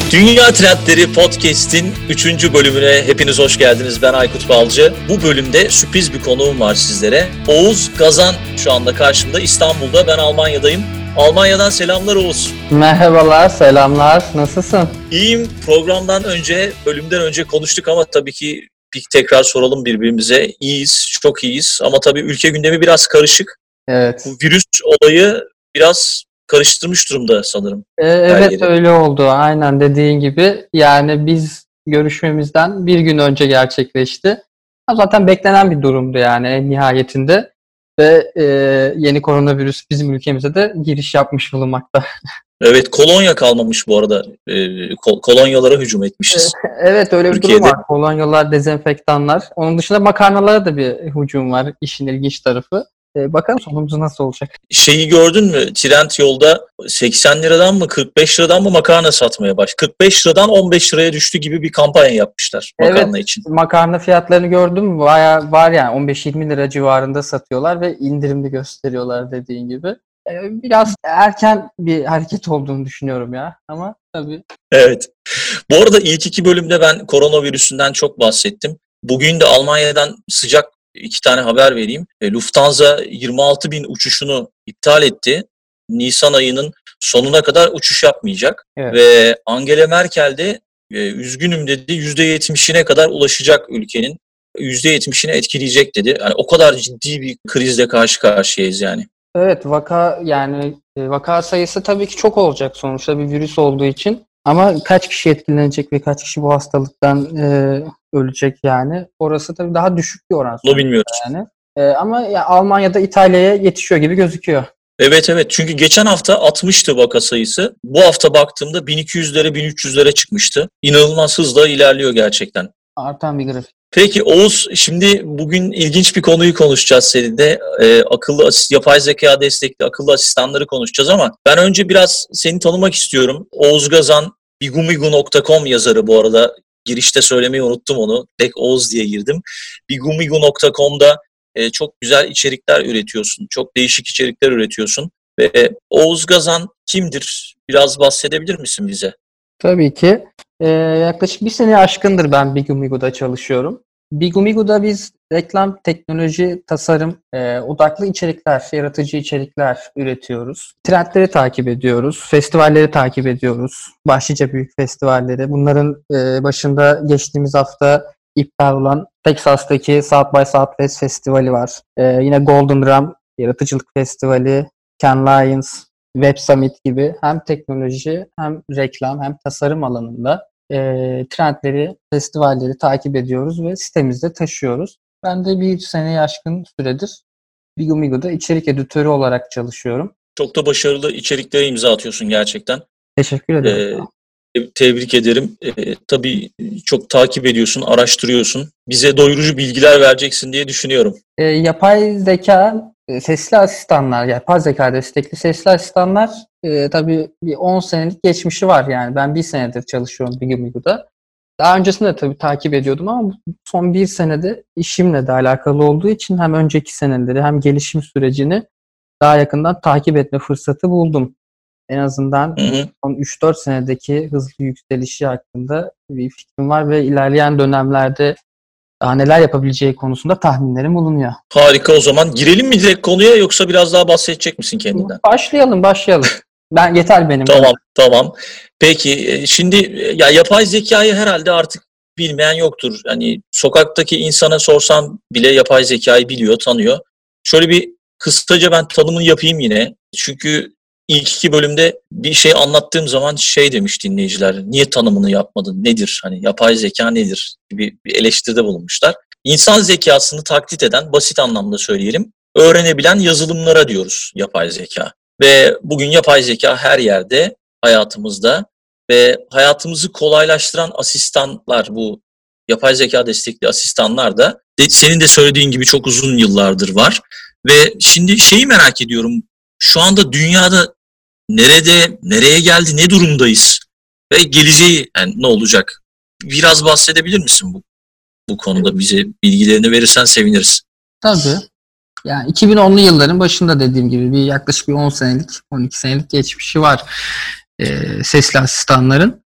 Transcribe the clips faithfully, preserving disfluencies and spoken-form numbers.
Dünya Trendleri Podcast'in üçüncü bölümüne hepiniz hoş geldiniz. Ben Aykut Balcı. Bu bölümde sürpriz bir konuğum var sizlere. Oğuz Gazan şu anda karşımda. İstanbul'da, ben Almanya'dayım. Almanya'dan selamlar Oğuz. Merhabalar, selamlar. Nasılsın? İyiyim. Programdan önce, bölümden önce konuştuk ama tabii ki bir tekrar soralım birbirimize. İyiyiz, çok iyiyiz ama tabii ülke gündemi biraz karışık. Evet. Bu virüs olayı biraz karıştırmış durumda sanırım. Ee, evet öyle oldu. Aynen dediğin gibi. Yani biz görüşmemizden bir gün önce gerçekleşti. Zaten beklenen bir durumdu yani en nihayetinde. Ve e, yeni koronavirüs bizim ülkemize de giriş yapmış bulunmakta. Evet, kolonya kalmamış bu arada. Ee, kol- kolonyalara hücum etmişiz. Evet öyle bir Türkiye'de. durum var. Kolonyalar, dezenfektanlar. Onun dışında makarnalara da bir hücum var. İşin ilginç tarafı. Ee, bakalım sonumuz nasıl olacak? Şeyi gördün mü? Trend yolda seksen liradan mı kırk beş liradan mı makarna satmaya baş. kırk beş liradan on beş liraya düştü gibi bir kampanya yapmışlar makarna Evet, için. makarna fiyatlarını gördüm mü? Bayağı var yani on beş yirmi lira civarında satıyorlar ve indirimli gösteriyorlar dediğin gibi. Ee, Biraz erken bir hareket olduğunu düşünüyorum ya ama tabii. Evet. Bu arada ilk iki bölümde ben koronavirüsünden çok bahsettim. Bugün de Almanya'dan sıcak iki tane haber vereyim. E, Lufthansa yirmi altı bin uçuşunu iptal etti. Nisan ayının sonuna kadar uçuş yapmayacak. Evet. Ve Angela Merkel de e, üzgünüm dedi, yüzde yetmişine kadar ulaşacak ülkenin. yüzde yetmişini etkileyecek dedi. Yani o kadar ciddi bir krizle karşı karşıyayız yani. Evet, vaka yani e, vaka sayısı tabii ki çok olacak sonuçta bir virüs olduğu için. Ama kaç kişi etkilenecek ve kaç kişi bu hastalıktan e, ölecek yani. Orası tabii daha düşük bir oran. Bunu bilmiyoruz. Yani. E, ama ya Almanya'da İtalya'ya yetişiyor gibi gözüküyor. Evet evet, çünkü geçen hafta altmıştı vaka sayısı. Bu hafta baktığımda bin iki yüzlere bin üç yüzlere çıkmıştı. İnanılmaz hızla ilerliyor gerçekten. Artan bir grafik. Peki Oğuz, şimdi bugün ilginç bir konuyu konuşacağız seninle. Ee, akıllı asist, yapay zeka destekli akıllı asistanları konuşacağız ama ben önce biraz seni tanımak istiyorum. Oğuz Gazan, bigumigu nokta com yazarı bu arada. Girişte söylemeyi unuttum onu. Tek Oğuz diye girdim. bigumigu nokta com'da e, çok güzel içerikler üretiyorsun. Çok değişik içerikler üretiyorsun. Ve Oğuz Gazan kimdir? Biraz bahsedebilir misin bize? Tabii ki. Ee, yaklaşık bir sene aşkındır ben Bigumigu'da çalışıyorum. Bigumigu'da biz reklam, teknoloji, tasarım e, odaklı içerikler, yaratıcı içerikler üretiyoruz. Trendleri takip ediyoruz, festivalleri takip ediyoruz. Başlıca büyük festivalleri. Bunların e, başında geçtiğimiz hafta iptal olan Texas'taki South by Southwest Festivali var. E, yine Golden Drum Yaratıcılık Festivali, Cannes Lions, Web Summit gibi hem teknoloji hem reklam hem tasarım alanında e, trendleri, festivalleri takip ediyoruz ve sitemizde taşıyoruz. Ben de bir seneye aşkın süredir Bigumigo'da içerik editörü olarak çalışıyorum. Çok da başarılı içeriklere imza atıyorsun gerçekten. Teşekkür ederim. Ee, tebrik ederim. Ee, tabii çok takip ediyorsun, araştırıyorsun. Bize doyurucu bilgiler vereceksin diye düşünüyorum. E, yapay zeka, e, sesli asistanlar, yapay zeka destekli sesli asistanlar e, tabii bir on senelik geçmişi var yani. Ben bir senedir çalışıyorum Bigumigo'da. Daha öncesinde de tabii takip ediyordum ama son bir senede işimle de alakalı olduğu için hem önceki seneleri hem gelişim sürecini daha yakından takip etme fırsatı buldum. En azından Hı hı. son üç dört senedeki hızlı yükselişi hakkında bir fikrim var ve ilerleyen dönemlerde daha neler yapabileceği konusunda tahminlerim bulunuyor. Harika, o zaman girelim mi direkt konuya, yoksa biraz daha bahsedecek misin kendinden? Başlayalım, başlayalım. Ben yeter benim. Tamam, tamam. Peki şimdi ya yapay zekayı herhalde artık bilmeyen yoktur. Hani sokaktaki insana sorsam bile yapay zekayı biliyor, tanıyor. Şöyle bir kısaca ben tanımını yapayım yine. Çünkü ilk iki bölümde bir şey anlattığım zaman şey demiş dinleyiciler. Niye tanımını yapmadın? Nedir? Hani yapay zeka nedir? Gibi bir eleştiride bulunmuşlar. İnsan zekasını taklit eden, basit anlamda söyleyelim, öğrenebilen yazılımlara diyoruz yapay zeka. Ve bugün yapay zeka her yerde, hayatımızda ve hayatımızı kolaylaştıran asistanlar, bu yapay zeka destekli asistanlar da de, senin de söylediğin gibi çok uzun yıllardır var. Ve şimdi şeyi merak ediyorum, şu anda dünyada nerede, nereye geldi, ne durumdayız ve geleceği yani ne olacak? Biraz bahsedebilir misin bu bu konuda, bize bilgilerini verirsen seviniriz. Tabii. Yani iki bin onlu yılların başında dediğim gibi bir yaklaşık bir on senelik, on iki senelik geçmişi var e, sesli asistanların.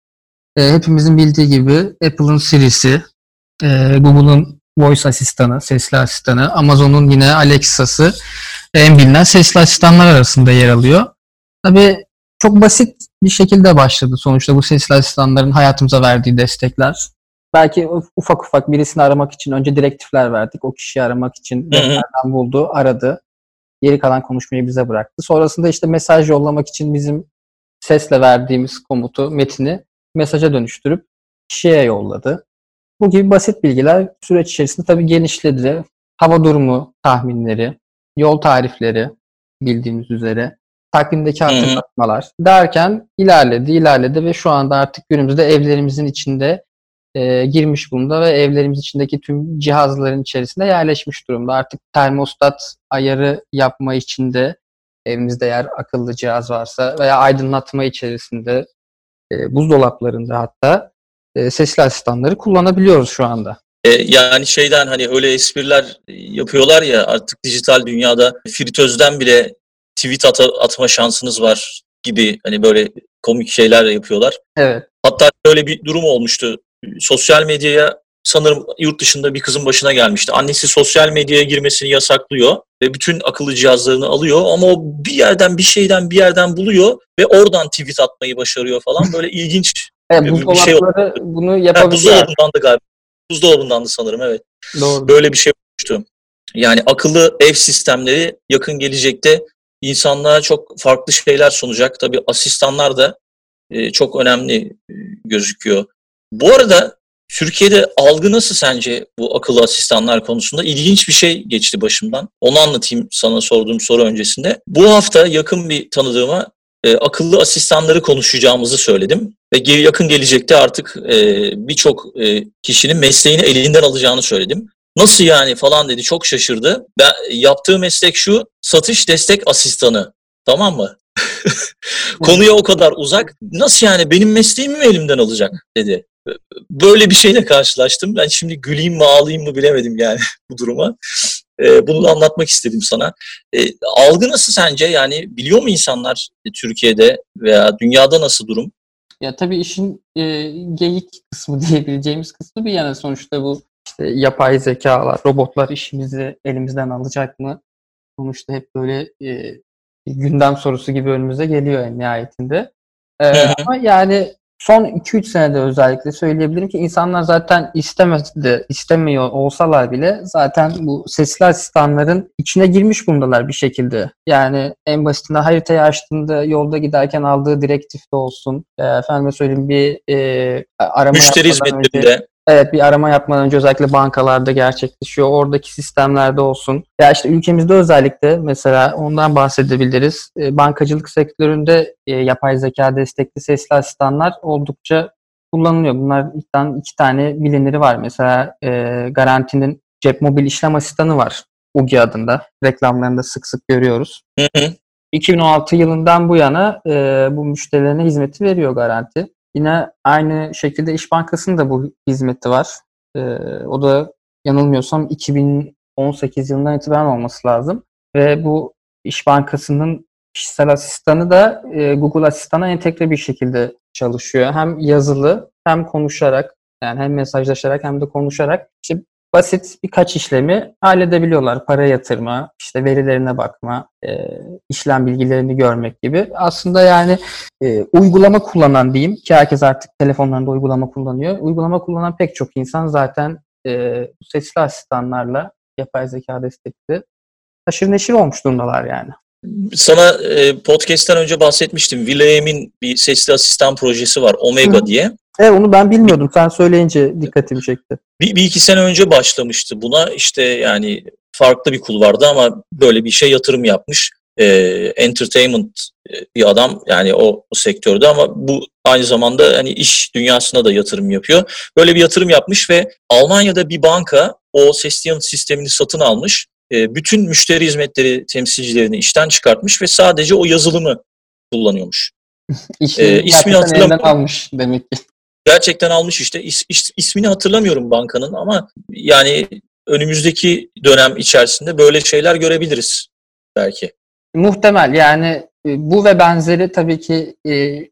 e, hepimizin bildiği gibi Apple'ın Siri'si, e, Google'un Voice asistanı, sesli asistanı, Amazon'un yine Alexa'sı en bilinen sesli asistanlar arasında yer alıyor. Tabii çok basit bir şekilde başladı sonuçta bu sesli asistanların hayatımıza verdiği destekler. Belki ufak ufak birisini aramak için önce direktifler verdik. O kişiyi aramak için weblerden buldu, aradı. Geri kalan konuşmayı bize bıraktı. Sonrasında işte mesaj yollamak için bizim sesle verdiğimiz komutu, metini mesaja dönüştürüp kişiye yolladı. Bu gibi basit bilgiler süreç içerisinde tabii genişledi. Hava durumu tahminleri, yol tarifleri bildiğimiz üzere, takvimdeki hatırlatmalar derken ilerledi, ilerledi ve şu anda artık günümüzde evlerimizin içinde e, girmiş durumda ve evlerimiz içindeki tüm cihazların içerisinde yerleşmiş durumda. Artık termostat ayarı yapma için de evimizde eğer akıllı cihaz varsa veya aydınlatma içerisinde e, buzdolaplarında hatta e, sesli asistanları kullanabiliyoruz şu anda. E, yani şeyden hani öyle espriler yapıyorlar ya artık dijital dünyada fritözden bile tweet at- atma şansınız var gibi hani böyle komik şeyler yapıyorlar. Evet. Hatta öyle bir durum olmuştu. Sosyal medyaya sanırım yurt dışında bir kızın başına gelmişti. Annesi sosyal medyaya girmesini yasaklıyor ve bütün akıllı cihazlarını alıyor ama o bir yerden bir şeyden bir yerden buluyor ve oradan tweet atmayı başarıyor falan. Böyle ilginç evet, bir şey oldu. Bunu yapabiliyor. Buzdolabındandı galiba. Buzdolabındandı sanırım evet. Doğru. Böyle bir şey olmuştu. Yani akıllı ev sistemleri yakın gelecekte insanlığa çok farklı şeyler sunacak. Tabii asistanlar da e, çok önemli e, gözüküyor. Bu arada Türkiye'de algı nasıl sence bu akıllı asistanlar konusunda? İlginç bir şey geçti başımdan. Onu anlatayım sana sorduğum soru öncesinde. Bu hafta yakın bir tanıdığıma e, akıllı asistanları konuşacağımızı söyledim. Ve ge- yakın gelecekte artık e, birçok e, kişinin mesleğini elinden alacağını söyledim. Nasıl yani falan dedi. Çok şaşırdı. Ben yaptığı meslek şu, satış destek asistanı. Tamam mı? Konuya o kadar uzak. Nasıl yani benim mesleğimi mi elimden alacak dedi. Böyle bir şeyle karşılaştım. Ben şimdi güleyim mi ağlayayım mı bilemedim yani bu duruma. Ee, bunu da anlatmak istedim sana. Ee, algı nasıl sence? Yani biliyor mu insanlar Türkiye'de veya dünyada nasıl durum? Ya tabii işin e, geyik kısmı diyebileceğimiz kısmı bir yana sonuçta bu işte yapay zekalar, robotlar işimizi elimizden alacak mı? Sonuçta hep böyle e, gündem sorusu gibi önümüze geliyor en nihayetinde. E, ama yani son iki üç senede özellikle söyleyebilirim ki insanlar zaten istemedi, istemiyor olsalar bile zaten bu sesli asistanların içine girmiş bundalar bir şekilde. Yani en basitinde haritayı açtığında yolda giderken aldığı direktifte olsun. E, efendime söyleyeyim bir e, arama Müşteri yapmadan önce. hizmetlerinde. Evet, bir arama yapmadan önce özellikle bankalarda gerçekleşiyor. Oradaki sistemlerde olsun. Ya işte ülkemizde özellikle mesela ondan bahsedebiliriz. E, bankacılık sektöründe e, yapay zeka destekli sesli asistanlar oldukça kullanılıyor. Bunlardan iki tane biliniri var. Mesela e, Garanti'nin cep mobil işlem asistanı var. U G I adında. Reklamlarında sık sık görüyoruz. Hı hı. iki bin on altı yılından bu yana e, bu müşterilerine hizmeti veriyor Garanti. Yine aynı şekilde İş Bankası'nın da bu hizmeti var. Ee, o da yanılmıyorsam iki bin on sekiz yılından itibaren olması lazım. Ve bu İş Bankası'nın kişisel asistanı da e, Google Asistan'a entegre bir şekilde çalışıyor. Hem yazılı hem konuşarak, yani hem mesajlaşarak hem de konuşarak işte basit birkaç işlemi halledebiliyorlar. Para yatırma, işte verilerine bakma, e, işlem bilgilerini görmek gibi. Aslında yani e, uygulama kullanan diyeyim ki herkes artık telefonlarında uygulama kullanıyor. Uygulama kullanan pek çok insan zaten e, sesli asistanlarla yapay zeka destekli haşır neşir olmuş durumdalar yani. Sana e, podcast'ten önce bahsetmiştim. Will.i.am'in bir sesli asistan projesi var. Omega Hı. diye. Evet, onu ben bilmiyordum. Sen söyleyince dikkatimi çekti. Bir, bir iki sene önce başlamıştı buna. İşte yani farklı bir kulvarda ama böyle bir şey yatırım yapmış. Ee, entertainment bir adam yani o, o sektörde ama bu aynı zamanda hani iş dünyasına da yatırım yapıyor. Böyle bir yatırım yapmış ve Almanya'da bir banka o sesli yanıt sistemini satın almış. Ee, bütün müşteri hizmetleri temsilcilerini işten çıkartmış ve sadece o yazılımı kullanıyormuş. İşini ee, ismini hatırlamıyorum. Almış demek ki. Gerçekten almış işte. İs, is, ismini hatırlamıyorum bankanın ama yani önümüzdeki dönem içerisinde böyle şeyler görebiliriz belki. Muhtemel yani bu ve benzeri tabii ki e,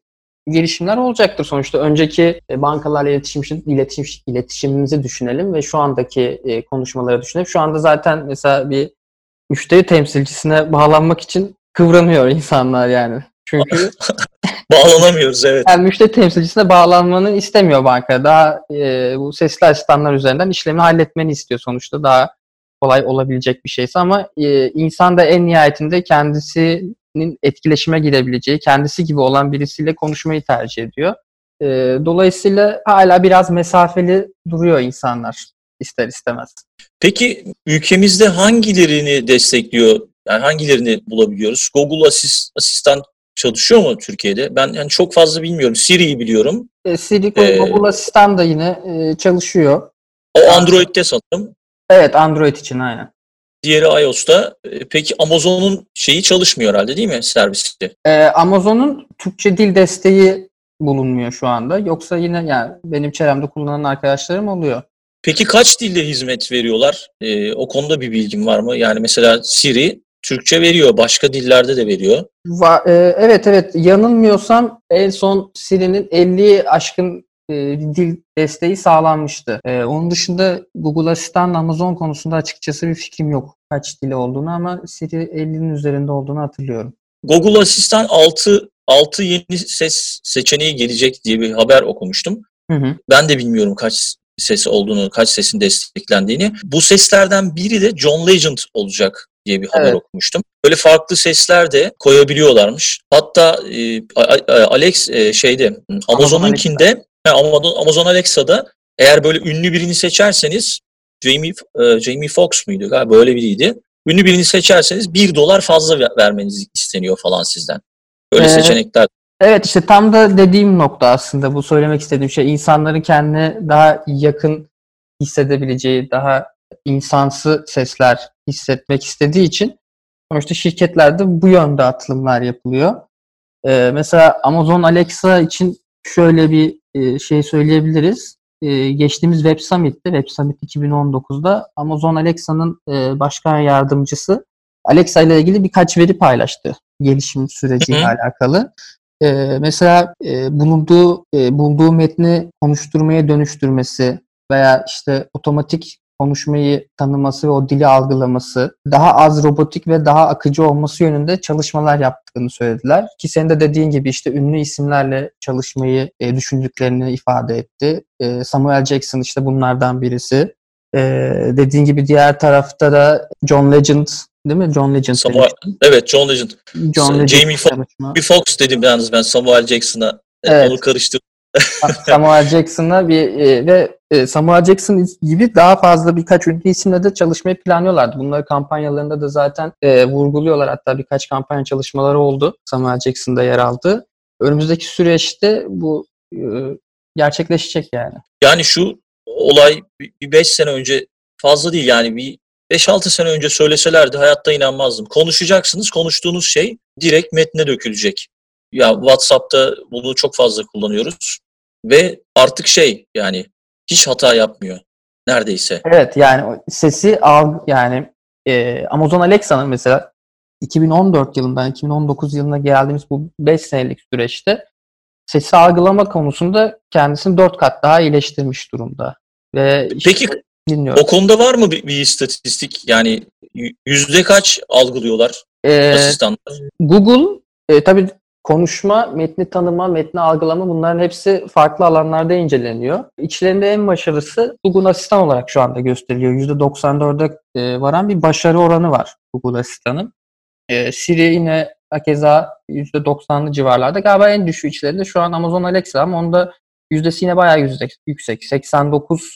gelişimler olacaktır sonuçta. Önceki e, bankalarla iletişim, iletişim, iletişimimizi düşünelim ve şu andaki e, konuşmaları düşünelim. Şu anda zaten mesela bir müşteri temsilcisine bağlanmak için kıvranıyor insanlar yani. Çünkü Bağlanamıyoruz, evet. yani müşteri temsilcisine bağlanmanı istemiyor banka. Daha e, bu sesli asistanlar üzerinden işlemi halletmeni istiyor sonuçta. Daha kolay olabilecek bir şeyse ama e, insan da en nihayetinde kendisinin etkileşime girebileceği, kendisi gibi olan birisiyle konuşmayı tercih ediyor. E, dolayısıyla hala biraz mesafeli duruyor insanlar ister istemez. Peki ülkemizde hangilerini destekliyor? Yani hangilerini bulabiliyoruz? Google Asist, Asistan çalışıyor mu Türkiye'de? Ben yani çok fazla bilmiyorum. Siri'yi biliyorum. E, Siri, Ee, Google Asistan da yine e, çalışıyor. O Android'de sanırım. Evet, Android için aynen. Diğeri iOS'ta. Ee, Peki Amazon'un şeyi çalışmıyor herhalde, değil mi, servisi? Ee, Amazon'un Türkçe dil desteği bulunmuyor şu anda. Yoksa yine yani benim çevremde kullanan arkadaşlarım oluyor. Peki kaç dilde hizmet veriyorlar? Ee, o konuda bir bilgin var mı? Yani mesela Siri Türkçe veriyor, başka dillerde de veriyor. Va- e, evet evet yanılmıyorsam en son Siri'nin elliye aşkın e, dil desteği sağlanmıştı. E, onun dışında Google Asistan, Amazon konusunda açıkçası bir fikrim yok kaç dili olduğunu ama Siri ellinin üzerinde olduğunu hatırlıyorum. Google Asistan altı altı yeni ses seçeneği gelecek diye bir haber okumuştum. Hı hı. Ben de bilmiyorum kaç ses olduğunu, kaç sesin desteklendiğini. Bu seslerden biri de John Legend olacak diye bir haber Evet. okumuştum. Böyle farklı sesler de koyabiliyorlarmış. Hatta e, Alex e, şeyde Amazon'unkinde Amazon, Amazon Alexa'da eğer böyle ünlü birini seçerseniz Jamie e, Jamie Foxx muydu galiba, böyle biriydi. Ünlü birini seçerseniz bir dolar fazla vermeniz isteniyor falan sizden. Böyle Ee, seçenekler. Evet işte tam da dediğim nokta aslında bu söylemek istediğim şey insanların kendine daha yakın hissedebileceği, daha insansı sesler hissetmek istediği için sonuçta şirketlerde bu yönde atılımlar yapılıyor. Ee, mesela Amazon Alexa için şöyle bir e, şey söyleyebiliriz. Ee, geçtiğimiz Web Summit'te, Web Summit iki bin on dokuzda Amazon Alexa'nın e, başkan yardımcısı Alexa ile ilgili birkaç veri paylaştı gelişim süreciyle Hı hı. alakalı. Ee, mesela e, bulunduğu e, bulduğu metni konuşturmaya dönüştürmesi veya işte otomatik konuşmayı tanıması ve o dili algılaması, daha az robotik ve daha akıcı olması yönünde çalışmalar yaptığını söylediler. Ki senin de dediğin gibi işte ünlü isimlerle çalışmayı e, düşündüklerini ifade etti. E, Samuel Jackson işte bunlardan birisi. E, dediğin gibi diğer tarafta da John Legend, değil mi? John Legend Samuel, evet, John Legend. John Legend Jamie Foxx, çalışma. bir Fox dedim yalnız ben Samuel Jackson'a. Evet. Onu karıştırdım. Samuel Jackson'la bir e, ve e, Samuel Jackson gibi daha fazla birkaç ünlü isimle de çalışmayı planlıyorlardı. Bunları kampanyalarında da zaten e, vurguluyorlar. Hatta birkaç kampanya çalışmaları oldu. Samuel Jackson'da yer aldı. Önümüzdeki süreçte bu e, gerçekleşecek yani. Yani şu olay bir beş sene önce, fazla değil yani, bir beş altı sene önce söyleselerdi hayatta inanmazdım. Konuşacaksınız, konuştuğunuz şey direkt metne dökülecek. Ya WhatsApp'ta bunu çok fazla kullanıyoruz ve artık şey yani hiç hata yapmıyor neredeyse. Evet yani sesi al yani e, Amazon Alexa'nın mesela iki bin on dört yılından iki bin on dokuz yılına geldiğimiz bu beş senelik süreçte sesi algılama konusunda kendisini dört kat daha iyileştirmiş durumda. Ve işte Peki dinliyorum. o konuda var mı bir, bir istatistik? Yani yüzde kaç algılıyorlar Ee, asistanlar? Google e, tabii konuşma, metni tanıma, metni algılama bunların hepsi farklı alanlarda inceleniyor. İçlerinde en başarılısı Google Asistan olarak şu anda gösteriliyor. yüzde doksan dörde e, varan bir başarı oranı var Google Asistan'ın. E, Siri yine hakeza yüzde doksanlı civarlarda. Galiba en düşüğü içlerinde şu an Amazon Alexa ama onda yüzdesi yine bayağı yüksek. yüksek. seksen dokuz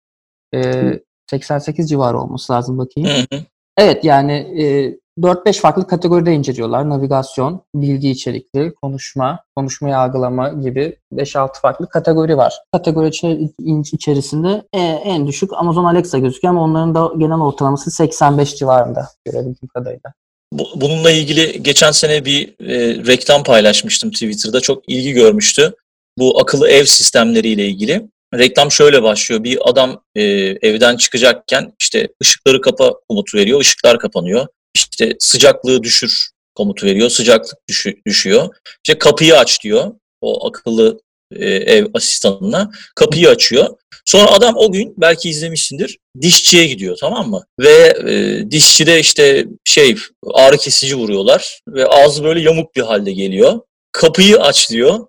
e, seksen sekiz civarı olması lazım bakayım. Hı hı. Evet yani e, dört beş farklı kategoride inceliyorlar. Navigasyon, bilgi içerikli, konuşma, konuşmayı algılama gibi beş altı farklı kategori var. Kategori içerisinde e, en düşük Amazon Alexa gözüküyor ama onların da genel ortalaması seksen beş civarında görebildiğim kadarıyla. Bununla ilgili geçen sene bir e, reklam paylaşmıştım Twitter'da. Çok ilgi görmüştü. Bu akıllı ev sistemleriyle ilgili. Reklam şöyle başlıyor. Bir adam e, evden çıkacakken işte ışıkları kapa komutu veriyor. Işıklar kapanıyor. İşte sıcaklığı düşür komutu veriyor. Sıcaklık düşü, düşüyor. İşte kapıyı aç diyor. o akıllı e, ev asistanına. Kapıyı açıyor. Sonra adam o gün belki izlemişsindir dişçiye gidiyor, tamam mı? Ve e, dişçide işte şey ağrı kesici vuruyorlar ve ağzı böyle yamuk bir halde geliyor. Kapıyı aç diyor.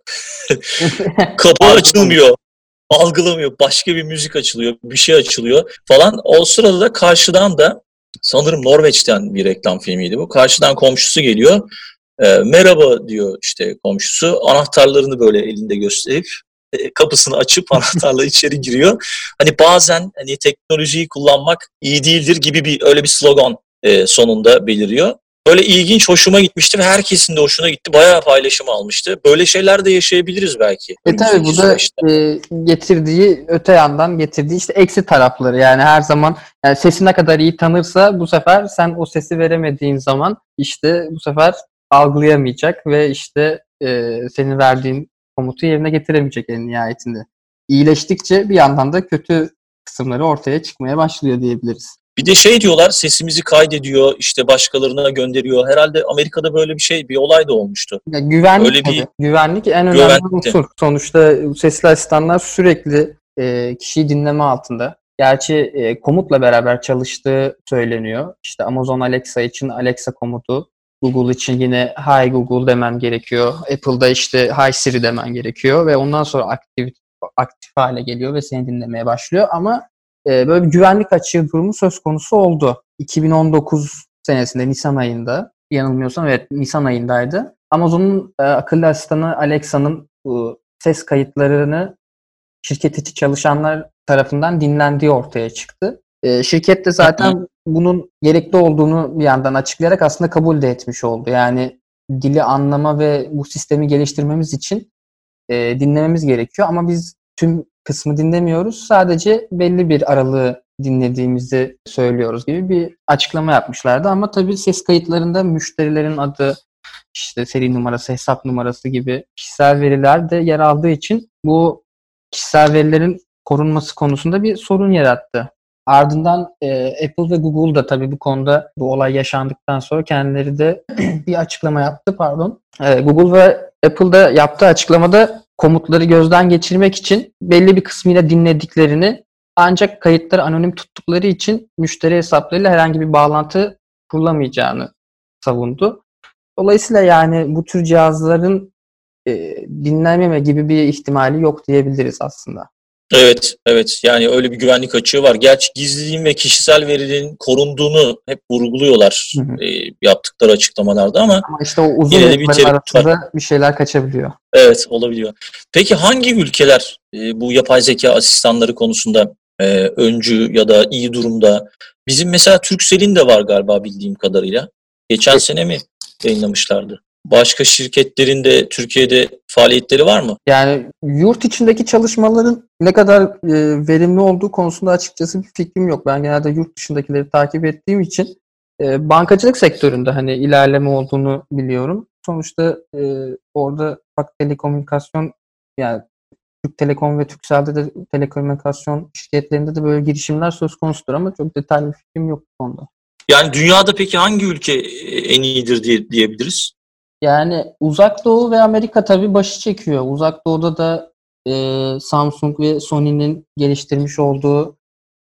Kapı açılmıyor. Algılamıyor. Başka bir müzik açılıyor. Bir şey açılıyor falan. O sırada da karşıdan da sanırım Norveç'ten bir reklam filmiydi bu. Karşıdan komşusu geliyor. E, merhaba diyor işte komşusu. Anahtarlarını böyle elinde gösterip e, kapısını açıp anahtarla içeri giriyor. Hani bazen hani teknolojiyi kullanmak iyi değildir gibi bir öyle bir slogan e, sonunda beliriyor. Böyle ilginç, hoşuma gitmişti ve herkesin de hoşuna gitti. Bayağı paylaşım almıştı. Böyle şeyler de yaşayabiliriz belki. E tabii bu da e, getirdiği öte yandan getirdiği işte eksi tarafları. Yani her zaman yani sesi ne kadar iyi tanırsa bu sefer sen o sesi veremediğin zaman işte bu sefer algılayamayacak ve işte e, senin verdiğin komutu yerine getiremeyecek en nihayetinde. İyileştikçe bir yandan da kötü kısımları ortaya çıkmaya başlıyor diyebiliriz. Bir de şey diyorlar, sesimizi kaydediyor, işte başkalarına gönderiyor. Herhalde Amerika'da böyle bir şey, bir olay da olmuştu. Ya güvenlik Öyle tabii. bir Güvenlik en önemli güvenlikti. unsur. Sonuçta sesli asistanlar sürekli e, kişiyi dinleme altında. Gerçi e, komutla beraber çalıştığı söyleniyor. İşte Amazon Alexa için Alexa komutu, Google için yine Hi Google demen gerekiyor. Apple'da işte Hi Siri demen gerekiyor ve ondan sonra aktif aktif hale geliyor ve seni dinlemeye başlıyor. Ama e, böyle bir güvenlik açığı durumu söz konusu oldu. iki bin on dokuz senesinde Nisan ayında, yanılmıyorsam evet Nisan ayındaydı. Amazon'un e, akıllı asistanı Alexa'nın bu ses kayıtlarını şirket içi çalışanlar tarafından dinlendiği ortaya çıktı. E, şirket de zaten bunun gerekli olduğunu bir yandan açıklayarak aslında kabul de etmiş oldu. Yani dili anlama ve bu sistemi geliştirmemiz için e, dinlememiz gerekiyor ama biz tüm kısmı dinlemiyoruz. Sadece belli bir aralığı dinlediğimizi söylüyoruz gibi bir açıklama yapmışlardı. Ama tabii ses kayıtlarında müşterilerin adı, işte seri numarası, hesap numarası gibi kişisel veriler de yer aldığı için bu kişisel verilerin korunması konusunda bir sorun yarattı. Ardından e, Apple ve Google da tabii bu konuda bu olay yaşandıktan sonra kendileri de bir açıklama yaptı. Pardon. E, Google ve Apple'da yaptığı açıklamada komutları gözden geçirmek için belli bir kısmıyla dinlediklerini ancak kayıtları anonim tuttukları için müşteri hesaplarıyla herhangi bir bağlantı kurulamayacağını savundu. Dolayısıyla yani bu tür cihazların e, dinlememe gibi bir ihtimali yok diyebiliriz aslında. Evet, evet. Yani öyle bir güvenlik açığı var. Gerçi gizliliğin ve kişisel verilerin korunduğunu hep vurguluyorlar Hı hı. e, yaptıkları açıklamalarda ama Ama işte o uzun yine de bir yılların tereddüt var. arasında bir şeyler kaçabiliyor. Evet, olabiliyor. Peki hangi ülkeler e, bu yapay zeka asistanları konusunda e, öncü ya da iyi durumda? Bizim mesela Turkcell'in de var galiba bildiğim kadarıyla. Geçen sene mi yayınlamışlardı? Başka şirketlerin de Türkiye'de faaliyetleri var mı? Yani yurt içindeki çalışmaların ne kadar e, verimli olduğu konusunda açıkçası bir fikrim yok. Ben genelde yurt dışındakileri takip ettiğim için e, bankacılık sektöründe hani ilerleme olduğunu biliyorum. Sonuçta e, orada ufak telekomünikasyon, yani Türk Telekom ve Turkcell'de de telekomünikasyon şirketlerinde de böyle girişimler söz konusudur ama çok detaylı bir fikrim yok bu konuda. Yani dünyada peki hangi ülke en iyidir diye diyebiliriz? Yani Uzak Doğu ve Amerika tabii başı çekiyor. Uzak Doğu'da da e, Samsung ve Sony'nin geliştirmiş olduğu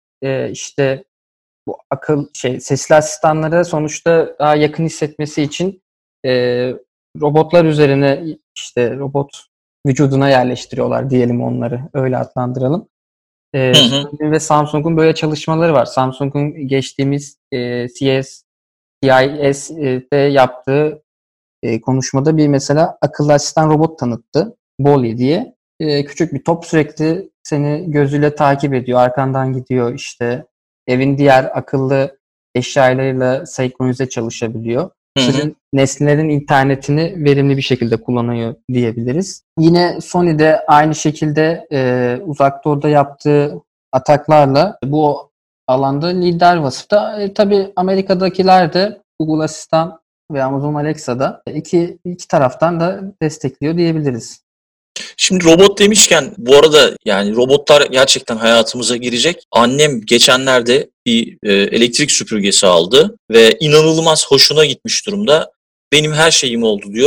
e, işte bu akıl şey sesli asistanlara sonuçta daha yakın hissetmesi için e, robotlar üzerine işte robot vücuduna yerleştiriyorlar diyelim, onları öyle adlandıralım. E, Hı hı. Sony ve Samsung'un böyle çalışmaları var. Samsung'un geçtiğimiz e, C S, C I S'de yaptığı e, konuşmada bir mesela akıllı asistan robot tanıttı. Bolly diye. E, küçük bir top sürekli seni gözüyle takip ediyor. Arkandan gidiyor işte. Evin diğer akıllı eşyalarıyla senkronize çalışabiliyor. Hı hı. Sizin nesnelerin internetini verimli bir şekilde kullanıyor diyebiliriz. Yine Sony de aynı şekilde e, Uzak Doğu'da yaptığı ataklarla bu alanda lider vasıfta. E, tabii Amerika'dakiler de Google Asistan ve Amazon Alexa'da iki, iki taraftan da destekliyor diyebiliriz. Şimdi robot demişken bu arada yani robotlar gerçekten hayatımıza girecek. Annem geçenlerde bir e, elektrik süpürgesi aldı ve inanılmaz hoşuna gitmiş durumda. Benim her şeyim oldu diyor.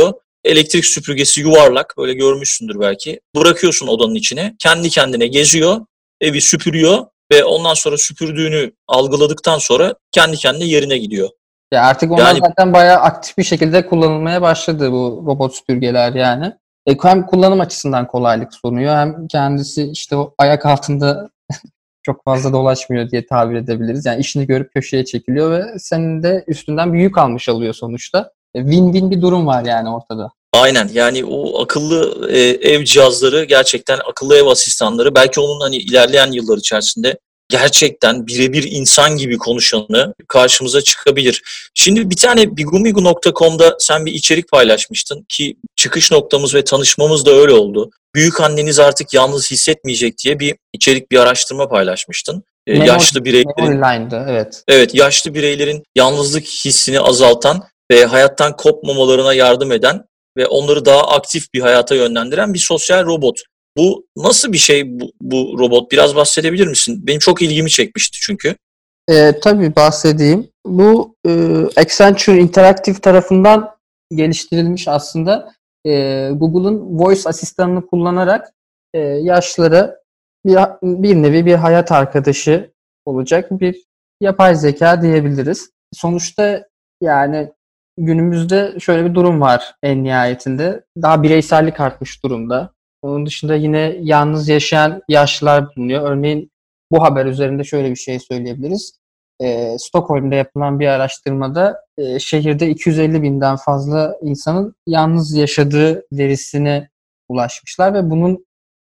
elektrik süpürgesi yuvarlak, böyle görmüşsündür belki. Bırakıyorsun odanın içine, kendi kendine geziyor, evi süpürüyor ve ondan sonra süpürdüğünü algıladıktan sonra kendi kendine yerine gidiyor. Ya artık onlar Yani zaten bayağı aktif bir şekilde kullanılmaya başladı bu robot süpürgeler yani. E, hem kullanım açısından kolaylık sunuyor hem kendisi işte o ayak altında çok fazla dolaşmıyor diye tabir edebiliriz. Yani işini görüp köşeye çekiliyor ve senin de üstünden bir yük almış oluyor sonuçta. E, win-win bir durum var yani ortada. aynen, yani o akıllı e, ev cihazları, gerçekten akıllı ev asistanları, belki onun hani ilerleyen yıllar içerisinde gerçekten birebir insan gibi konuşanı karşımıza çıkabilir. Şimdi bir tane bigumigu nokta com'da sen bir içerik paylaşmıştın ki çıkış noktamız ve tanışmamız da öyle oldu. Büyük anneniz artık yalnız hissetmeyecek diye bir içerik, bir araştırma paylaşmıştın. Ee, Memory, yaşlı bireylerin Memory Line'dı, evet. evet yaşlı bireylerin yalnızlık hissini azaltan ve hayattan kopmamalarına yardım eden ve onları daha aktif bir hayata yönlendiren bir sosyal robot. Bu nasıl bir şey, bu, bu robot? Biraz bahsedebilir misin? Benim çok ilgimi çekmişti çünkü. E, tabii bahsedeyim. Bu e, Accenture Interactive tarafından geliştirilmiş aslında. E, Google'ın Voice asistanını kullanarak e, yaşlılara bir, bir nevi bir hayat arkadaşı olacak bir yapay zeka diyebiliriz. Sonuçta yani günümüzde şöyle bir durum var en nihayetinde. Daha bireysellik artmış durumda. Onun dışında yine yalnız yaşayan yaşlılar bulunuyor. Örneğin bu haber üzerinde şöyle bir şey söyleyebiliriz. E, Stockholm'da yapılan bir araştırmada e, şehirde iki yüz elli binden fazla insanın yalnız yaşadığı verisine ulaşmışlar ve bunun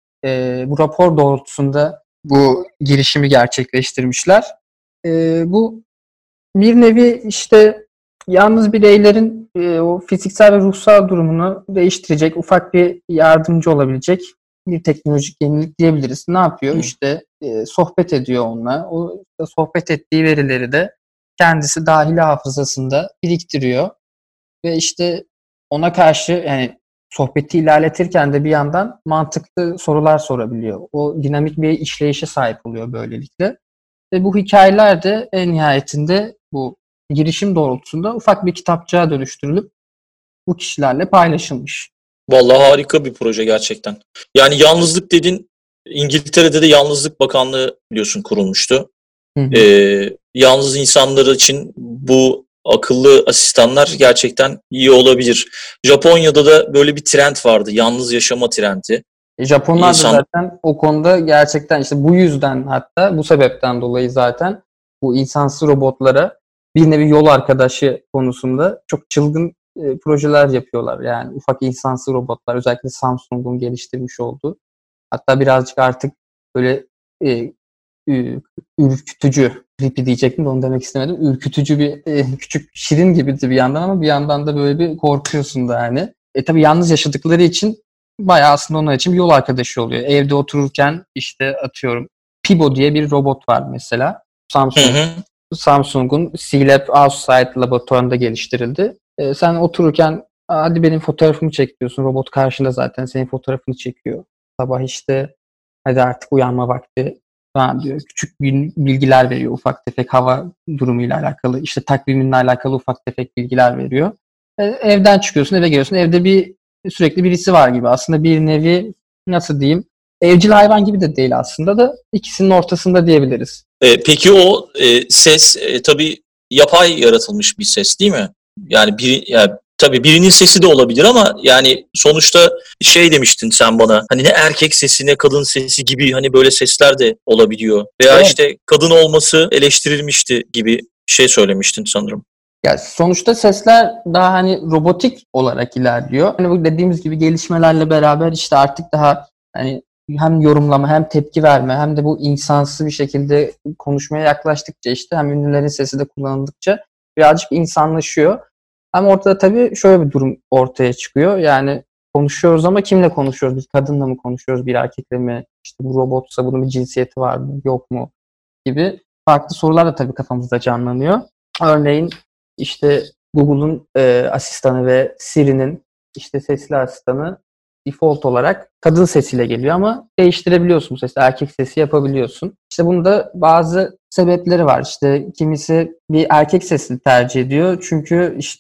e, bu rapor doğrultusunda bu girişimi gerçekleştirmişler. E, bu bir nevi işte yalnız bireylerin e, o fiziksel ve ruhsal durumunu değiştirecek, ufak bir yardımcı olabilecek bir teknolojik yenilik diyebiliriz. Ne yapıyor? Hı. İşte e, sohbet ediyor onunla. O işte sohbet ettiği verileri de kendisi dahili hafızasında biriktiriyor ve işte ona karşı yani sohbeti ilerletirken de bir yandan mantıklı sorular sorabiliyor. O dinamik bir işleyişe sahip oluyor böylelikle. Ve bu hikayeler de en nihayetinde bu girişim doğrultusunda ufak bir kitapçığa dönüştürülüp bu kişilerle paylaşılmış. Vallahi harika bir proje gerçekten. Yani yalnızlık dedin, İngiltere'de de Yalnızlık Bakanlığı biliyorsun kurulmuştu. Hı hı. Ee, yalnız insanlar için bu akıllı asistanlar gerçekten iyi olabilir. Japonya'da da böyle bir trend vardı. Yalnız yaşama trendi. E, Japonlar da İnsan zaten o konuda gerçekten işte bu yüzden, hatta bu sebepten dolayı zaten bu insansız robotlara bir nevi yol arkadaşı konusunda çok çılgın e, projeler yapıyorlar. Yani ufak insansız robotlar, özellikle Samsung'un geliştirmiş olduğu. Hatta birazcık artık böyle e, ü- ürkütücü, creepy diyecektim de onu demek istemedim. Ürkütücü bir e, küçük şirin gibiydi bir yandan ama bir yandan da böyle bir korkuyorsun da hani. E tabii yalnız yaşadıkları için bayağı aslında onlar için bir yol arkadaşı oluyor. Evde otururken işte atıyorum Pibo diye bir robot var mesela. hı Samsung hı. Samsung'un C-Lab Outside laboratuvarında geliştirildi. E, sen otururken hadi benim fotoğrafımı çek diyorsun. Robot karşında zaten senin fotoğrafını çekiyor. Sabah işte hadi artık uyanma vakti falan diyor. Küçük bilgiler veriyor, ufak tefek hava durumuyla alakalı, işte takviminle alakalı ufak tefek bilgiler veriyor. E, evden çıkıyorsun, eve geliyorsun. Evde bir sürekli birisi var gibi. Aslında bir nevi nasıl diyeyim? Evcil hayvan gibi de değil aslında da ikisinin ortasında diyebiliriz. E, peki o e, ses e, tabii yapay yaratılmış bir ses değil mi? Yani biri, yani tabii birinin sesi de olabilir ama yani sonuçta şey demiştin sen bana, hani ne erkek sesi ne kadın sesi gibi, hani böyle sesler de olabiliyor. Veya Evet. işte kadın olması eleştirilmişti gibi bir şey söylemiştin sanırım. Ya sonuçta sesler daha hani robotik olarak ilerliyor. Hani bu dediğimiz gibi gelişmelerle beraber işte artık daha hani hem yorumlama hem tepki verme hem de bu insansı bir şekilde konuşmaya yaklaştıkça işte hem ünlülerin sesi de kullanıldıkça birazcık insanlaşıyor. Ama ortada tabii şöyle bir durum ortaya çıkıyor. Yani konuşuyoruz ama kimle konuşuyoruz? Bir kadınla mı konuşuyoruz? Bir erkekle mi? İşte bu robotsa bunun bir cinsiyeti var mı? Yok mu? Gibi farklı sorular da tabii kafamızda canlanıyor. Örneğin işte Google'un e, asistanı ve Siri'nin işte sesli asistanı default olarak kadın sesiyle geliyor ama değiştirebiliyorsun bu sesi. Erkek sesi yapabiliyorsun. İşte bunda bazı sebepleri var. İşte kimisi bir erkek sesini tercih ediyor. Çünkü işte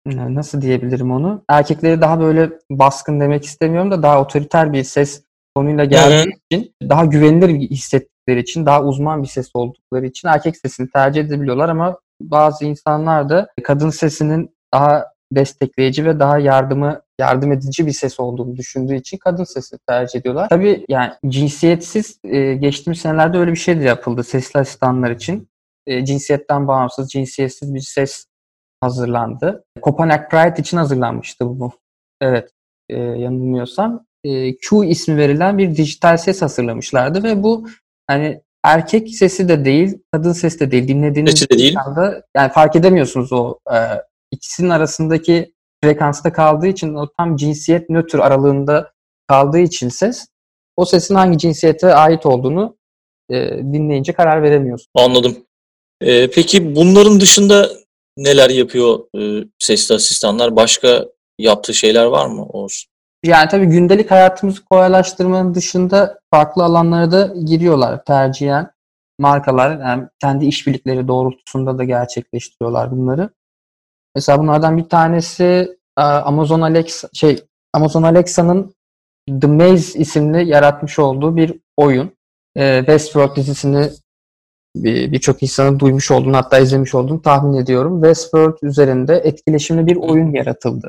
Yani nasıl diyebilirim onu? Erkekleri daha böyle baskın demek istemiyorum da daha otoriter bir ses tonuyla Hı hı. geldiği için, daha güvenilir hissettikleri için, daha uzman bir ses oldukları için erkek sesini tercih edebiliyorlar ama bazı insanlar da kadın sesinin daha destekleyici ve daha yardımı yardım edici bir ses olduğunu düşündüğü için kadın sesini tercih ediyorlar. Tabii yani cinsiyetsiz e, geçtiğimiz senelerde öyle bir şey de yapıldı sesli asistanlar için. E, cinsiyetten bağımsız, cinsiyetsiz bir ses hazırlandı. Copenhagen Pride için hazırlanmıştı bu. Evet, e, yanılmıyorsam. E, Q ismi verilen bir dijital ses hazırlamışlardı ve bu hani erkek sesi de değil, kadın sesi de değil. Dinlediğiniz Sesi de değil. anda yani fark edemiyorsunuz o e, ikisinin arasındaki frekansta kaldığı için o tam cinsiyet nötr aralığında kaldığı için ses o sesin hangi cinsiyete ait olduğunu e, dinleyince karar veremiyorsunuz. Anladım. Ee, peki bunların dışında neler yapıyor e, sesli asistanlar? Başka yaptığı şeyler var mı Oğuz? Yani tabii gündelik hayatımızı kolaylaştırmanın dışında farklı alanlara da giriyorlar tercihen. Markalar yani kendi işbirlikleri doğrultusunda da gerçekleştiriyorlar bunları. Mesela bunlardan bir tanesi Amazon Alexa şey Amazon Alexa'nın The Maze isimli yaratmış olduğu bir oyun. Westworld dizisini birçok insanın duymuş olduğunu hatta izlemiş olduğunu tahmin ediyorum. Westworld üzerinde etkileşimli bir oyun yaratıldı.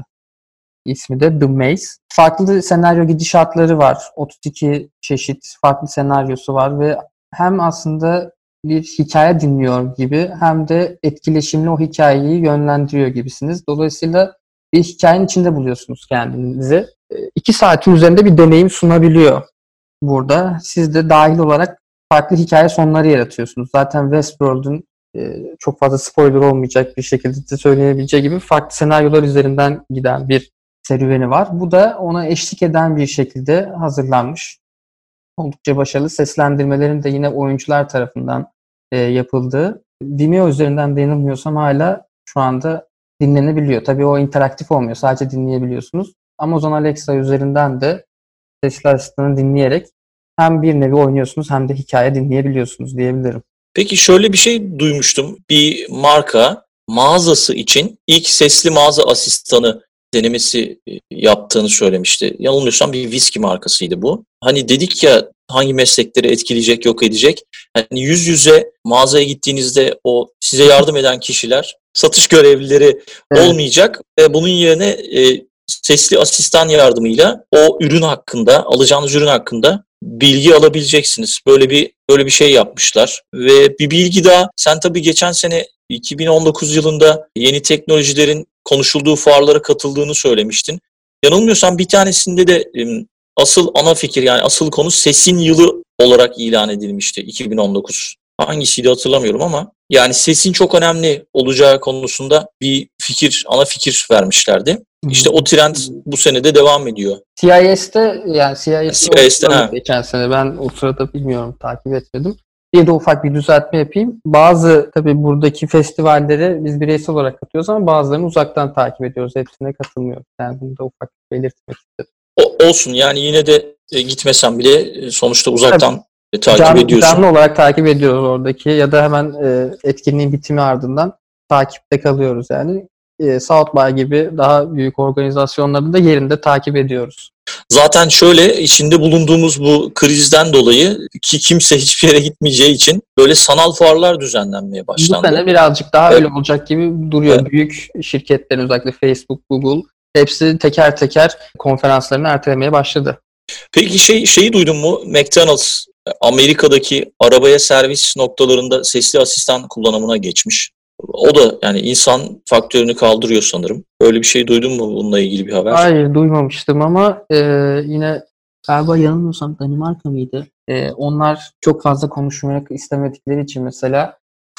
İsmi de The Maze. Farklı senaryo gidişatları var. otuz iki çeşit farklı senaryosu var ve hem aslında bir hikaye dinliyor gibi hem de etkileşimli o hikayeyi yönlendiriyor gibisiniz. Dolayısıyla bir hikayenin içinde buluyorsunuz kendinizi. İki saatin üzerinde bir deneyim sunabiliyor burada. Siz de dahil olarak farklı hikaye sonları yaratıyorsunuz. Zaten Westworld'un çok fazla spoiler olmayacak bir şekilde de söyleyebileceği gibi farklı senaryolar üzerinden giden bir serüveni var. Bu da ona eşlik eden bir şekilde hazırlanmış. Oldukça başarılı. Seslendirmelerin de yine oyuncular tarafından e, yapıldığı. Vimeo üzerinden de yanılmıyorsam hala şu anda dinlenebiliyor. Tabii o interaktif olmuyor. Sadece dinleyebiliyorsunuz. Amazon Alexa üzerinden de sesli asistanı dinleyerek hem bir nevi oynuyorsunuz hem de hikaye dinleyebiliyorsunuz diyebilirim. Peki şöyle bir şey duymuştum. Bir marka mağazası için ilk sesli mağaza asistanı denemesi yaptığını söylemişti. Yanılmıyorsam bir viski markasıydı bu. Hani dedik ya hangi meslekleri etkileyecek, yok edecek. Hani yüz yüze mağazaya gittiğinizde o size yardım eden kişiler, satış görevlileri Evet. olmayacak ve bunun yerine e, sesli asistan yardımıyla o ürün hakkında, alacağınız ürün hakkında bilgi alabileceksiniz. Böyle bir böyle bir şey yapmışlar. Ve bir bilgi daha, sen tabii geçen sene iki bin on dokuz yılında yeni teknolojilerin konuşulduğu fuarlara katıldığını söylemiştin. Yanılmıyorsam bir tanesinde de asıl ana fikir yani asıl konu sesin yılı olarak ilan edilmişti iki bin on dokuz. Hangisiydi hatırlamıyorum ama yani sesin çok önemli olacağı konusunda bir fikir, ana fikir vermişlerdi. İşte o trend bu sene de devam ediyor. C I S'te yani C I S'te geçen sene ben o sırada bilmiyorum takip etmedim. Bir de ufak bir düzeltme yapayım. Bazı tabii buradaki festivalleri biz bireysel olarak katıyoruz ama bazılarını uzaktan takip ediyoruz. Hepsine katılmıyoruz. Yani bunu da ufak belirtmek istedim. O, olsun yani yine de e, gitmesem bile e, sonuçta uzaktan e, takip Can, ediyorsun. Canlı olarak takip ediyoruz oradaki ya da hemen e, etkinliğin bitimi ardından takipte kalıyoruz yani. E, South by gibi daha büyük organizasyonları da yerinde takip ediyoruz. Zaten şöyle içinde bulunduğumuz bu krizden dolayı ki kimse hiçbir yere gitmeyeceği için böyle sanal fuarlar düzenlenmeye başlandı. Bu sene birazcık daha evet. Öyle olacak gibi duruyor. Evet. Büyük şirketlerin özellikle Facebook, Google hepsi teker teker konferanslarını ertelemeye başladı. Peki şey şeyi duydun mu? McDonald's Amerika'daki arabaya servis noktalarında sesli asistan kullanımına geçmiş. O da yani insan faktörünü kaldırıyor sanırım. Öyle bir şey duydun mu bununla ilgili bir haber? Hayır duymamıştım ama e, yine galiba yanılmıyorsam Danimarka mıydı? E, onlar çok fazla konuşmak istemedikleri için mesela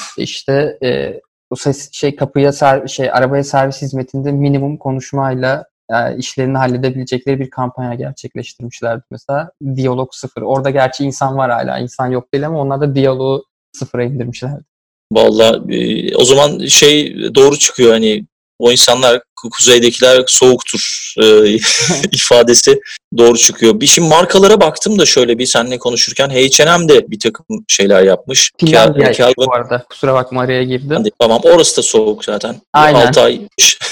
işte e, o ses şey kapıya ser, şey arabaya servis hizmetinde minimum konuşmayla yani işlerini halledebilecekleri bir kampanya gerçekleştirmişlerdi mesela. Diyalog sıfır. Orada gerçi insan var hala. İnsan yok değil ama onlar da diyaloğu sıfıra indirmişlerdi. Vallahi e, o zaman şey doğru çıkıyor hani o insanlar kuzeydekiler soğuktur e, ifadesi doğru çıkıyor. Bir şimdi markalara baktım da şöyle bir seninle konuşurken H and M de bir takım şeyler yapmış. Finlandiya Calvin... bu arada kusura bakma araya girdim. Hadi, tamam orası da soğuk zaten. Aynen. altı ay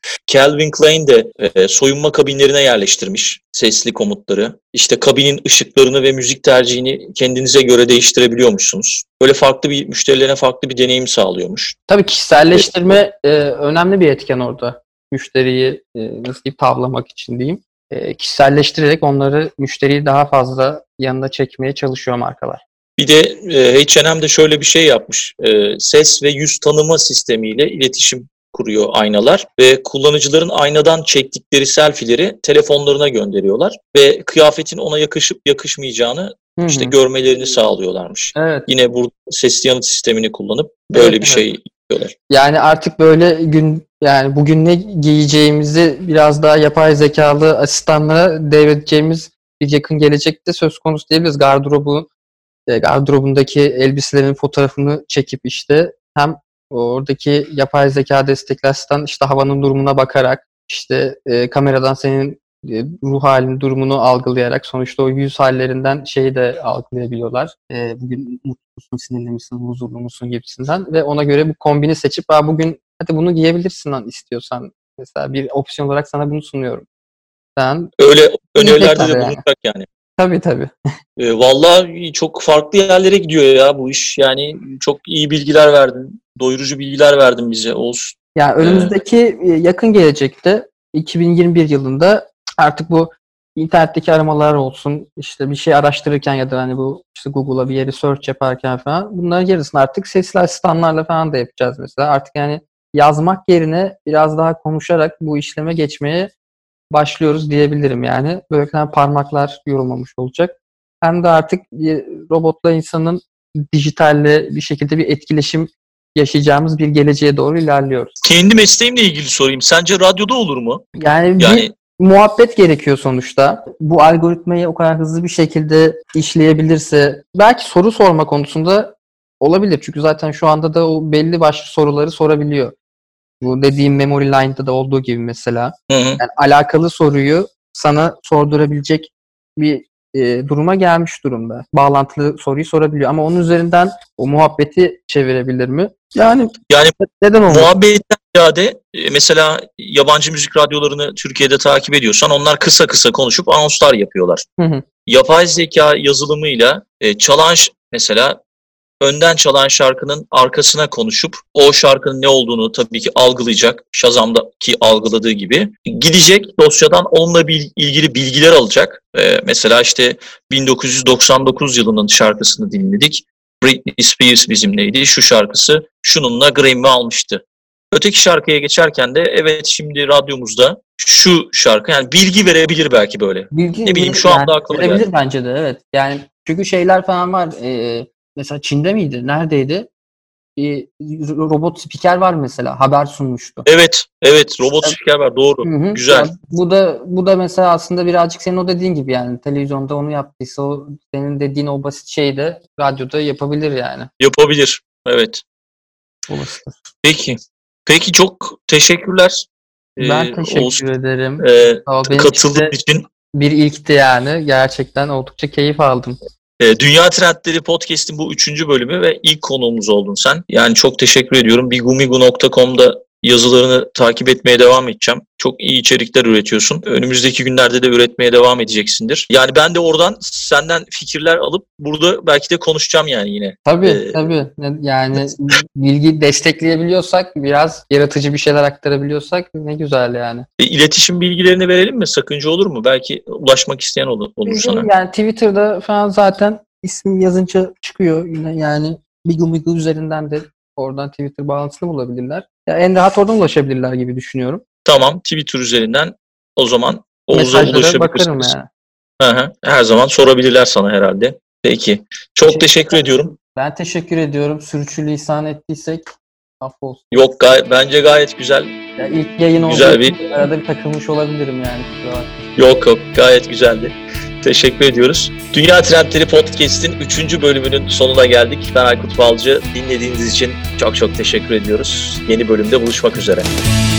Calvin Klein de e, soyunma kabinlerine yerleştirmiş sesli komutları. İşte kabinin ışıklarını ve müzik tercihini kendinize göre değiştirebiliyormuşsunuz. Böyle farklı bir müşterilerine farklı bir deneyim sağlıyormuş. Tabii kişiselleştirme e, önemli bir etken orada. Müşteriyi e, nasıl diyeyim, tavlamak için diyeyim. E, kişiselleştirerek onları, müşteriyi daha fazla yanına çekmeye çalışıyor markalar. Bir de e, H and M de şöyle bir şey yapmış. E, ses ve yüz tanıma sistemiyle iletişim kuruyor aynalar ve kullanıcıların aynadan çektikleri selfie'leri telefonlarına gönderiyorlar ve kıyafetin ona yakışıp yakışmayacağını Hı hı. işte görmelerini sağlıyorlarmış. Evet. Yine burada sesli yanıt sistemini kullanıp böyle Evet, bir evet. şey yapıyorlar. Yani artık böyle gün yani bugün ne giyeceğimizi biraz daha yapay zekalı asistanlara devredeceğimiz bir yakın gelecekte söz konusu diyebiliriz. Gardırobu, e, gardırobundaki elbiselerin fotoğrafını çekip işte hem oradaki yapay zeka destekli asistan işte havanın durumuna bakarak işte e, kameradan senin e, ruh halinin durumunu algılayarak sonuçta o yüz hallerinden şeyi de algılayabiliyorlar. E, bugün mutlu musun, sinirli misin, huzurlu musun gibisinden ve ona göre bu kombini seçip "Aa, bugün hadi bunu giyebilirsin lan istiyorsan." Mesela bir opsiyon olarak sana bunu sunuyorum. Sen Öyle önerilerde tekrar de yani. bulunacak yani. Tabii tabii. E, vallahi çok farklı yerlere gidiyor ya bu iş. Yani çok iyi bilgiler verdin. Doyurucu bilgiler verdin bize Oğuz. Yani önümüzdeki e, yakın gelecekte iki bin yirmi bir yılında artık bu internetteki aramalar olsun, işte bir şey araştırırken ya da hani bu işte Google'a bir yeri search yaparken falan bunların yarısını artık sesli asistanlarla falan da yapacağız mesela. Artık yani yazmak yerine biraz daha konuşarak bu işleme geçmeye başlıyoruz diyebilirim yani. Böylelikle parmaklar yorulmamış olacak. Hem de artık bir robotla insanın dijitalle bir şekilde bir etkileşim yaşayacağımız bir geleceğe doğru ilerliyoruz. Kendi mesleğimle ilgili sorayım. Sence radyoda olur mu? Yani, Yani bir muhabbet gerekiyor sonuçta. Bu algoritmayı o kadar hızlı bir şekilde işleyebilirse belki soru sorma konusunda olabilir. Çünkü zaten şu anda da o belli başlı soruları sorabiliyor. Bu dediğim memory line'da da olduğu gibi mesela. hı hı. Yani alakalı soruyu sana sordurabilecek bir e, duruma gelmiş durumda. Bağlantılı soruyu sorabiliyor ama onun üzerinden o muhabbeti çevirebilir mi? Yani Yani neden olmasın? muhabbetten ziyade e, mesela yabancı müzik radyolarını Türkiye'de takip ediyorsan onlar kısa kısa konuşup anonslar yapıyorlar. Hı hı. Yapay zeka yazılımıyla e, çalan ş- mesela önden çalan şarkının arkasına konuşup o şarkının ne olduğunu tabii ki algılayacak. Shazam'daki algıladığı gibi. Gidecek dosyadan onunla bil- ilgili bilgiler alacak. Ee, mesela işte bin dokuz yüz doksan dokuz yılının şarkısını dinledik. Britney Spears bizimleydi. Şu şarkısı şununla Grammy almıştı. Öteki şarkıya geçerken de evet şimdi radyomuzda şu şarkı yani bilgi verebilir belki böyle. Bilgi Ne bileyim verir- şu anda yani aklıma verebilir geldi. bence de evet. Yani çünkü şeyler falan var. Ee, mesela Çin'de miydi? Neredeydi? Bir robot spiker var mesela. Haber sunmuştu. Evet, evet robot Evet. spiker var doğru. Hı hı. Güzel. Ya bu da bu da mesela aslında birazcık senin o dediğin gibi yani televizyonda onu yaptıysa o senin dediğin o basit şeyi de radyoda yapabilir yani. Yapabilir. Evet. Olasıdır. Peki. Peki çok teşekkürler. Ee, Ben teşekkür Oğuz, ederim. e, Sağ ol. Benim katıldığın için de için. bir ilkti yani. Gerçekten oldukça keyif aldım. E, Dünya Trendleri Podcast'in bu üçüncü bölümü ve ilk konuğumuz oldun sen. Yani çok teşekkür ediyorum. bigumigu nokta com'da yazılarını takip etmeye devam edeceğim. Çok iyi içerikler üretiyorsun. Önümüzdeki günlerde de üretmeye devam edeceksindir. Yani ben de oradan senden fikirler alıp burada belki de konuşacağım yani yine. Tabii Ee, tabii. Yani bilgi destekleyebiliyorsak, biraz yaratıcı bir şeyler aktarabiliyorsak ne güzel yani. E, İletişim bilgilerini verelim mi? Sakınca olur mu? Belki ulaşmak isteyen olur, olur Bizim sana. yani Twitter'da falan zaten ismi yazınca çıkıyor yine yani Bigumigu üzerinden de oradan Twitter bağlantılı bulabilirler. Ya en rahat oradan ulaşabilirler gibi düşünüyorum. Tamam, Twitter üzerinden o zaman Oğuz'a Mesajlara bakarım ulaşabilirsiniz. yani. Hı hı, her zaman sorabilirler sana herhalde. Peki. Çok Teşekkür teşekkür ediyorum. Ben teşekkür ediyorum. Sürçülisan ettiysek affolsun. Yok gay- bence gayet güzel. Ya ilk yayın olduğu Güzel için bir- arada bir takılmış olabilirim yani. kusura bakma. Yok yok gayet güzeldi. Teşekkür ediyoruz. Dünya Trendleri Podcast'in üçüncü bölümünün sonuna geldik. Ben Aykut Balcı. Dinlediğiniz için çok çok teşekkür ediyoruz. Yeni bölümde buluşmak üzere.